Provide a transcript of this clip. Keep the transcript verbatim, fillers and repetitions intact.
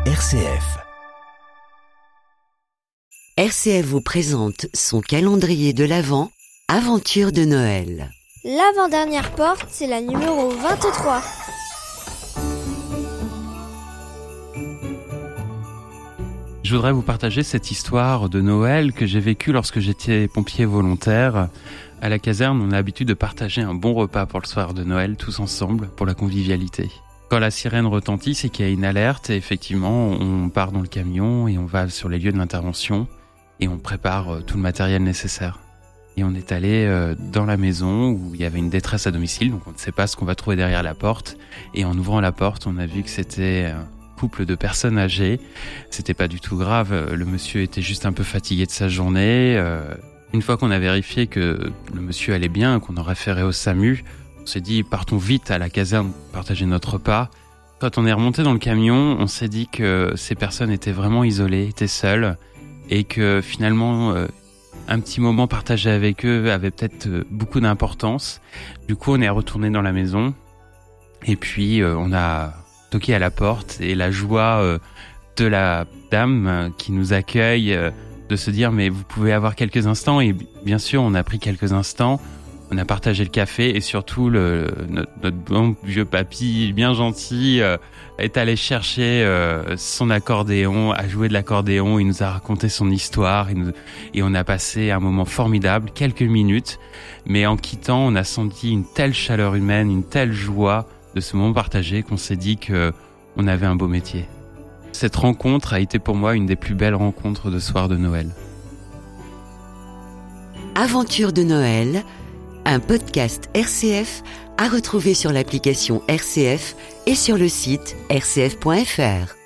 R C F. R C F vous présente son calendrier de l'Avent, Aventure de Noël. L'avant-dernière porte, c'est la numéro vingt-trois. Je voudrais vous partager cette histoire de Noël que j'ai vécue lorsque j'étais pompier volontaire. À la caserne, on a l'habitude de partager un bon repas pour le soir de Noël, tous ensemble, pour la convivialité. Quand la sirène retentit, c'est qu'il y a une alerte et effectivement, on part dans le camion et on va sur les lieux de l'intervention et on prépare tout le matériel nécessaire. Et on est allé dans la maison où il y avait une détresse à domicile, donc on ne sait pas ce qu'on va trouver derrière la porte. Et en ouvrant la porte, on a vu que c'était un couple de personnes âgées. C'était pas du tout grave, le monsieur était juste un peu fatigué de sa journée. Une fois qu'on a vérifié que le monsieur allait bien, qu'on a référé au SAMU, on s'est dit partons vite à la caserne partager notre repas. Quand on est remonté dans le camion, on s'est dit que ces personnes étaient vraiment isolées, étaient seules et que finalement euh, un petit moment partagé avec eux avait peut-être euh, beaucoup d'importance. Du coup, on est retourné dans la maison et puis euh, on a toqué à la porte et la joie euh, de la dame euh, qui nous accueille euh, de se dire mais vous pouvez avoir quelques instants, et bien sûr on a pris quelques instants. On a partagé le café et surtout le, notre, notre bon vieux papy bien gentil euh, est allé chercher euh, son accordéon, a joué de l'accordéon, il nous a raconté son histoire il nous, et on a passé un moment formidable, quelques minutes, mais en quittant on a senti une telle chaleur humaine, une telle joie de ce moment partagé qu'on s'est dit qu'on avait un beau métier. Cette rencontre a été pour moi une des plus belles rencontres de soir de Noël. Aventure de Noël, un podcast R C F à retrouver sur l'application R C F et sur le site r c f point f r.